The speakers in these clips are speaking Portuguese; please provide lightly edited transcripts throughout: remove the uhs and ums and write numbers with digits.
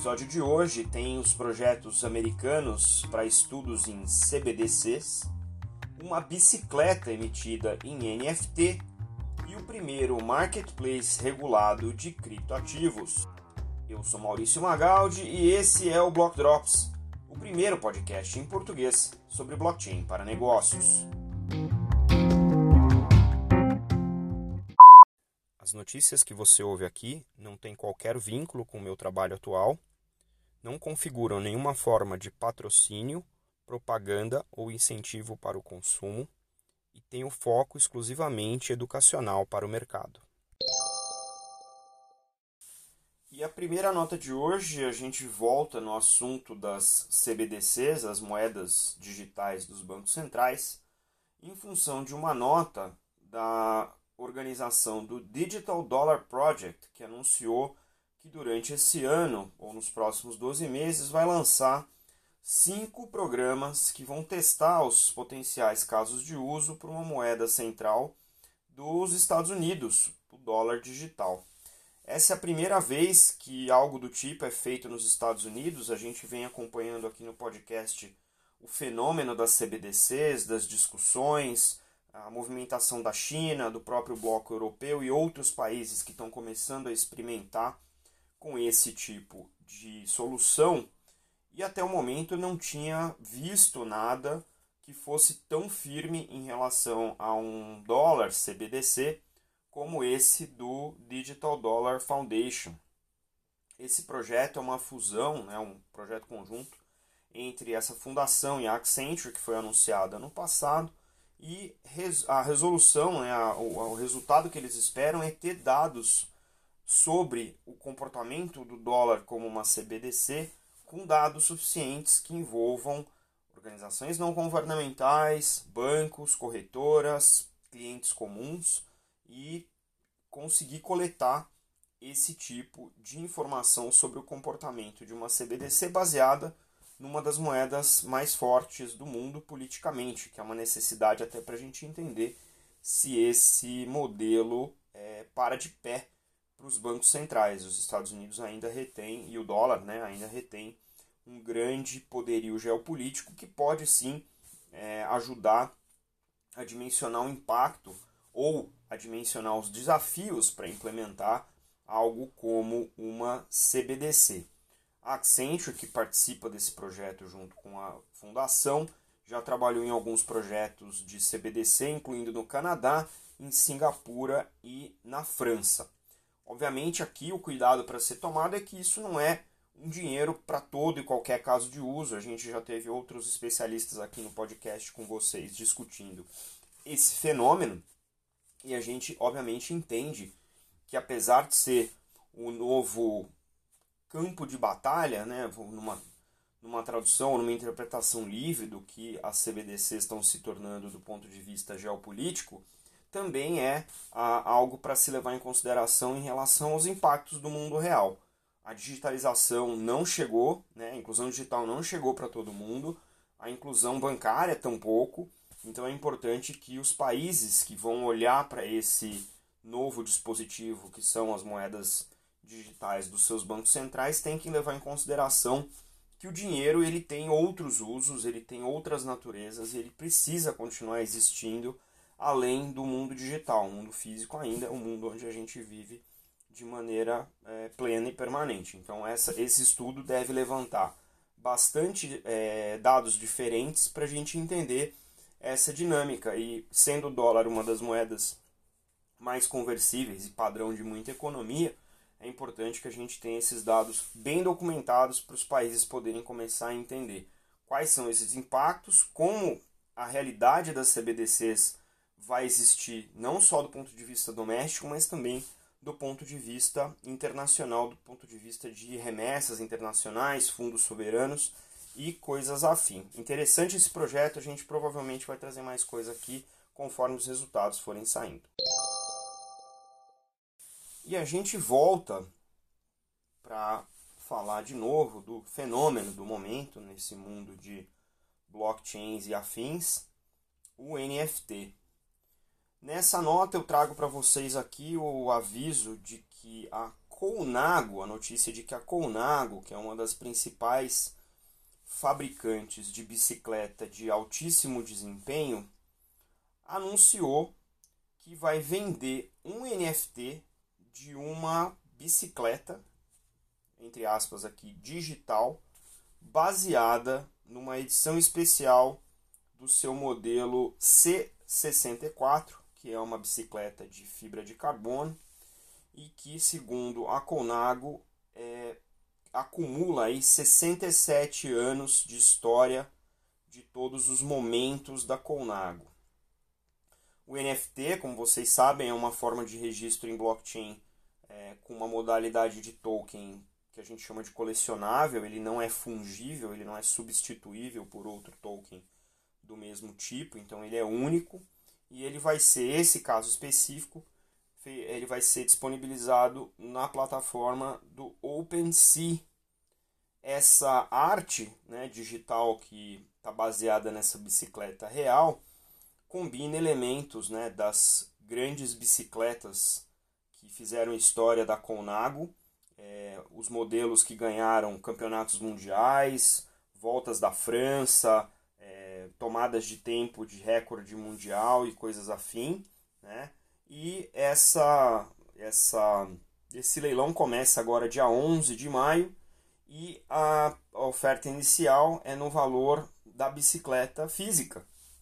episódio de hoje tem os projetos americanos para estudos em CBDCs, uma bicicleta emitida em NFT e o primeiro marketplace regulado de criptoativos. Eu sou Maurício Magaldi e esse é o Block Drops, o primeiro podcast em português sobre blockchain para negócios. As notícias que você ouve aqui não têm qualquer vínculo com o meu trabalho atual, não configuram nenhuma forma de patrocínio, propaganda ou incentivo para o consumo e têm o foco exclusivamente educacional para o mercado. E a primeira nota de hoje, a gente volta no assunto das CBDCs, as moedas digitais dos bancos centrais, em função de uma nota da organização do Digital Dollar Project, que anunciou que durante esse ano, ou nos próximos 12 meses, vai lançar 5 programas que vão testar os potenciais casos de uso para uma moeda central dos Estados Unidos, o dólar digital. Essa é a primeira vez que algo do tipo é feito nos Estados Unidos. A gente vem acompanhando aqui no podcast o fenômeno das CBDCs, das discussões, a movimentação da China, do próprio bloco europeu e outros países que estão começando a experimentar com esse tipo de solução, e até o momento não tinha visto nada que fosse tão firme em relação a um dólar CBDC como esse do Digital Dollar Foundation. Esse projeto é uma fusão, um projeto conjunto entre essa fundação e a Accenture, que foi anunciada no passado, e a resolução, o resultado que eles esperam é ter dados sobre o comportamento do dólar como uma CBDC, com dados suficientes que envolvam organizações não governamentais, bancos, corretoras, clientes comuns, e conseguir coletar esse tipo de informação sobre o comportamento de uma CBDC baseada numa das moedas mais fortes do mundo politicamente, que é uma necessidade até para a gente entender se esse modelo para de pé para os bancos centrais. Os Estados Unidos ainda retém, e o dólar ainda retém, um grande poderio geopolítico que pode sim ajudar a dimensionar o impacto ou a dimensionar os desafios para implementar algo como uma CBDC. A Accenture, que participa desse projeto junto com a fundação, já trabalhou em alguns projetos de CBDC, incluindo no Canadá, em Singapura e na França. Obviamente, aqui o cuidado para ser tomado é que isso não é um dinheiro para todo e qualquer caso de uso. A gente já teve outros especialistas aqui no podcast com vocês discutindo esse fenômeno, e a gente, obviamente, entende que, apesar de ser o novo campo de batalha, numa tradução, numa interpretação livre do que as CBDCs estão se tornando do ponto de vista geopolítico, também é algo para se levar em consideração em relação aos impactos do mundo real. A digitalização não chegou, a inclusão digital não chegou para todo mundo, a inclusão bancária tampouco, então é importante que os países que vão olhar para esse novo dispositivo, que são as moedas digitais dos seus bancos centrais, têm que levar em consideração que o dinheiro ele tem outros usos, ele tem outras naturezas e ele precisa continuar existindo além do mundo digital. O mundo físico ainda é o mundo onde a gente vive de maneira plena e permanente. Então esse estudo deve levantar bastante dados diferentes para a gente entender essa dinâmica. E sendo o dólar uma das moedas mais conversíveis e padrão de muita economia, é importante que a gente tenha esses dados bem documentados para os países poderem começar a entender quais são esses impactos, como a realidade das CBDCs vai existir não só do ponto de vista doméstico, mas também do ponto de vista internacional, do ponto de vista de remessas internacionais, fundos soberanos e coisas afim. Interessante esse projeto, a gente provavelmente vai trazer mais coisa aqui conforme os resultados forem saindo. E a gente volta para falar de novo do fenômeno do momento nesse mundo de blockchains e afins, o NFT. Nessa nota eu trago para vocês aqui o aviso de que a Colnago, a notícia de que a Colnago, que é uma das principais fabricantes de bicicleta de altíssimo desempenho, anunciou que vai vender um NFT de uma bicicleta, entre aspas aqui, digital, baseada numa edição especial do seu modelo C64, que é uma bicicleta de fibra de carbono e que, segundo a Colnago, acumula aí 67 anos de história de todos os momentos da Colnago. O NFT, como vocês sabem, é uma forma de registro em blockchain com uma modalidade de token que a gente chama de colecionável. Ele não é fungível, ele não é substituível por outro token do mesmo tipo, então ele é único e ele vai ser, esse caso específico, ele vai ser disponibilizado na plataforma do OpenSea. Essa arte, né, digital que está baseada nessa bicicleta real combina elementos, né, das grandes bicicletas que fizeram história da Colnago, os modelos que ganharam campeonatos mundiais, voltas da França, tomadas de tempo de recorde mundial e coisas afim, né? E esse leilão começa agora dia 11 de maio e a oferta inicial é no valor da bicicleta física,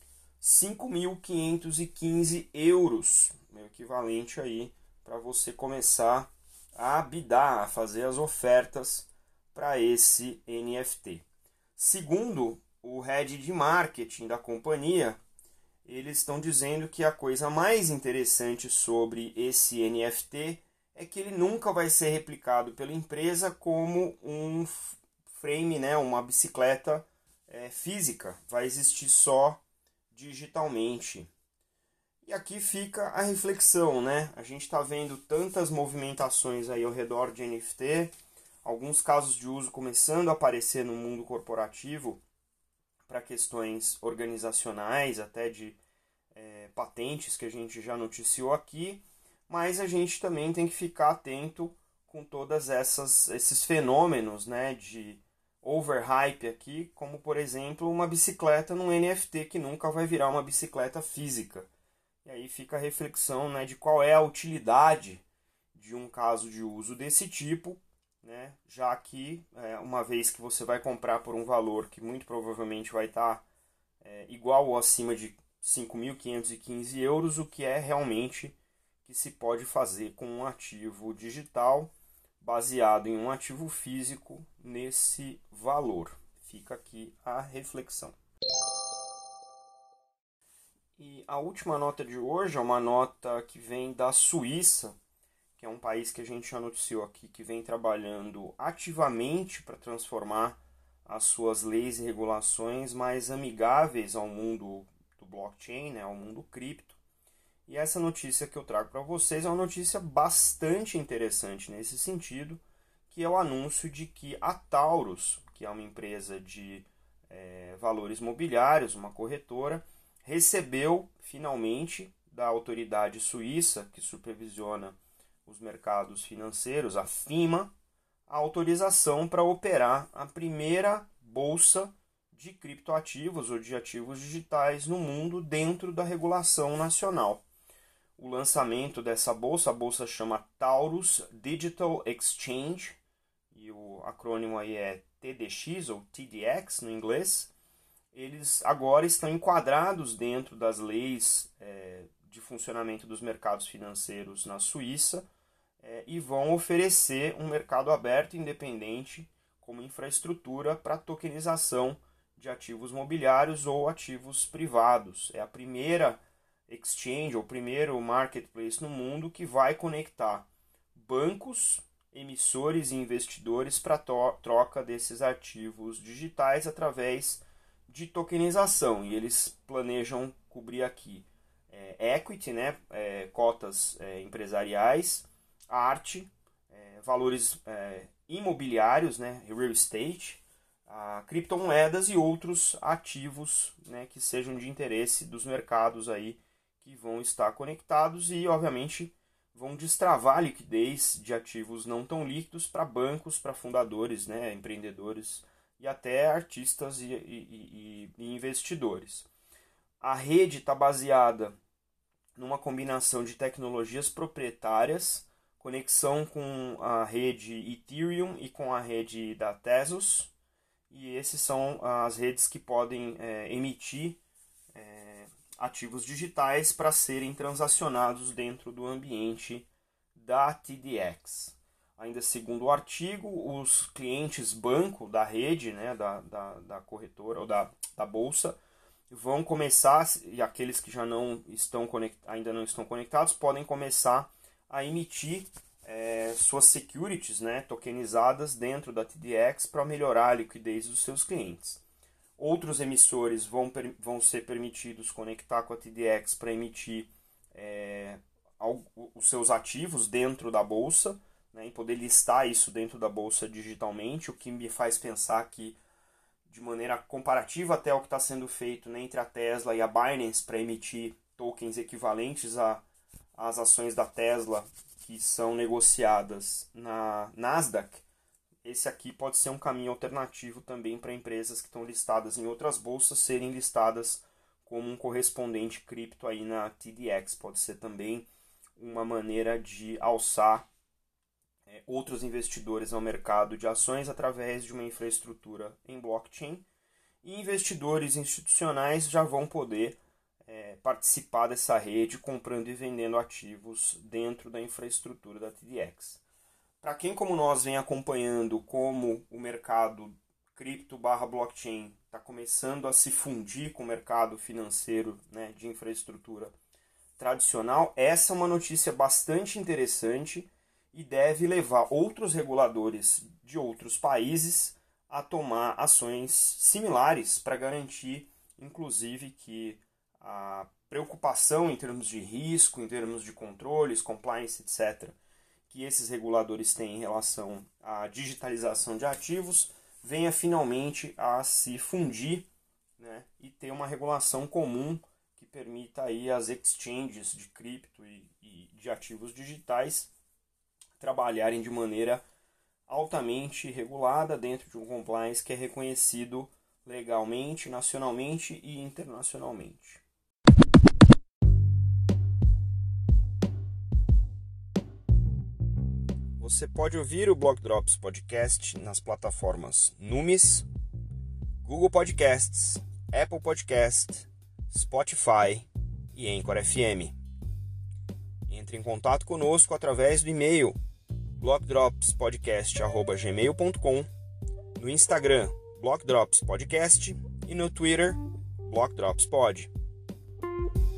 5.515 euros, o equivalente aí para você começar a bidar, a fazer as ofertas para esse NFT. Segundo o head de marketing da companhia, eles estão dizendo que a coisa mais interessante sobre esse NFT é que ele nunca vai ser replicado pela empresa como um frame, né, uma bicicleta física. Vai existir só digitalmente. E aqui fica a reflexão, né? A gente está vendo tantas movimentações aí ao redor de NFT, alguns casos de uso começando a aparecer no mundo corporativo para questões organizacionais, até de patentes que a gente já noticiou aqui, mas a gente também tem que ficar atento com todas esses fenômenos, né, de overhype aqui, como por exemplo uma bicicleta num NFT que nunca vai virar uma bicicleta física. E aí fica a reflexão, né, de qual é a utilidade de um caso de uso desse tipo, né, já que uma vez que você vai comprar por um valor que muito provavelmente vai estar igual ou acima de 5.515 euros, o que é realmente que se pode fazer com um ativo digital baseado em um ativo físico nesse valor. Fica aqui a reflexão. E a última nota de hoje é uma nota que vem da Suíça, que é um país que a gente já noticiou aqui, que vem trabalhando ativamente para transformar as suas leis e regulações mais amigáveis ao mundo do blockchain, né, ao mundo cripto. E essa notícia que eu trago para vocês é uma notícia bastante interessante nesse sentido, que é o anúncio de que a Taurus, que é uma empresa de valores mobiliários, uma corretora, recebeu finalmente da autoridade suíça que supervisiona os mercados financeiros, a FINMA, a autorização para operar a primeira bolsa de criptoativos ou de ativos digitais no mundo dentro da regulação nacional. O lançamento dessa bolsa, a bolsa chama Taurus Digital Exchange, e o acrônimo aí é TDX ou TDX no inglês. Eles agora estão enquadrados dentro das leis de funcionamento dos mercados financeiros na Suíça e vão oferecer um mercado aberto e independente como infraestrutura para tokenização de ativos mobiliários ou ativos privados. É a primeira exchange, ou primeiro marketplace no mundo que vai conectar bancos, emissores e investidores para troca desses ativos digitais através de tokenização. E eles planejam cobrir aqui equity, né, cotas empresariais, arte, valores imobiliários, né, real estate, criptomoedas e outros ativos, né, que sejam de interesse dos mercados aí que vão estar conectados e, obviamente, vão destravar a liquidez de ativos não tão líquidos para bancos, para fundadores, né, empreendedores e até artistas e investidores. A rede está baseada numa combinação de tecnologias proprietárias, conexão com a rede Ethereum e com a rede da Tezos, e esses são as redes que podem emitir ativos digitais para serem transacionados dentro do ambiente da TDX. Ainda segundo o artigo, os clientes banco da rede, né, da corretora ou da bolsa, vão começar, e aqueles que ainda não estão conectados, podem começar a emitir suas securities, né, tokenizadas dentro da TDX para melhorar a liquidez dos seus clientes. Outros emissores vão ser permitidos conectar com a TDX para emitir os seus ativos dentro da bolsa, né, e poder listar isso dentro da bolsa digitalmente, o que me faz pensar que, de maneira comparativa até o que está sendo feito, né, entre a Tesla e a Binance para emitir tokens equivalentes às ações da Tesla que são negociadas na Nasdaq, esse aqui pode ser um caminho alternativo também para empresas que estão listadas em outras bolsas serem listadas como um correspondente cripto aí na TDX. Pode ser também uma maneira de alçar outros investidores ao mercado de ações através de uma infraestrutura em blockchain, e investidores institucionais já vão poder participar dessa rede comprando e vendendo ativos dentro da infraestrutura da TDX. Para quem como nós vem acompanhando como o mercado cripto/blockchain está começando a se fundir com o mercado financeiro, né, de infraestrutura tradicional, essa é uma notícia bastante interessante e deve levar outros reguladores de outros países a tomar ações similares para garantir, inclusive, que a preocupação em termos de risco, em termos de controles, compliance, etc., que esses reguladores têm em relação à digitalização de ativos venha finalmente a se fundir, né, e ter uma regulação comum que permita aí as exchanges de cripto e de ativos digitais trabalharem de maneira altamente regulada dentro de um compliance que é reconhecido legalmente, nacionalmente e internacionalmente. Você pode ouvir o Block Drops Podcast nas plataformas Numis, Google Podcasts, Apple Podcast, Spotify e Anchor FM. Entre em contato conosco através do e-mail blockdropspodcast@gmail.com, no Instagram Block Drops Podcast e no Twitter Block Drops Pod.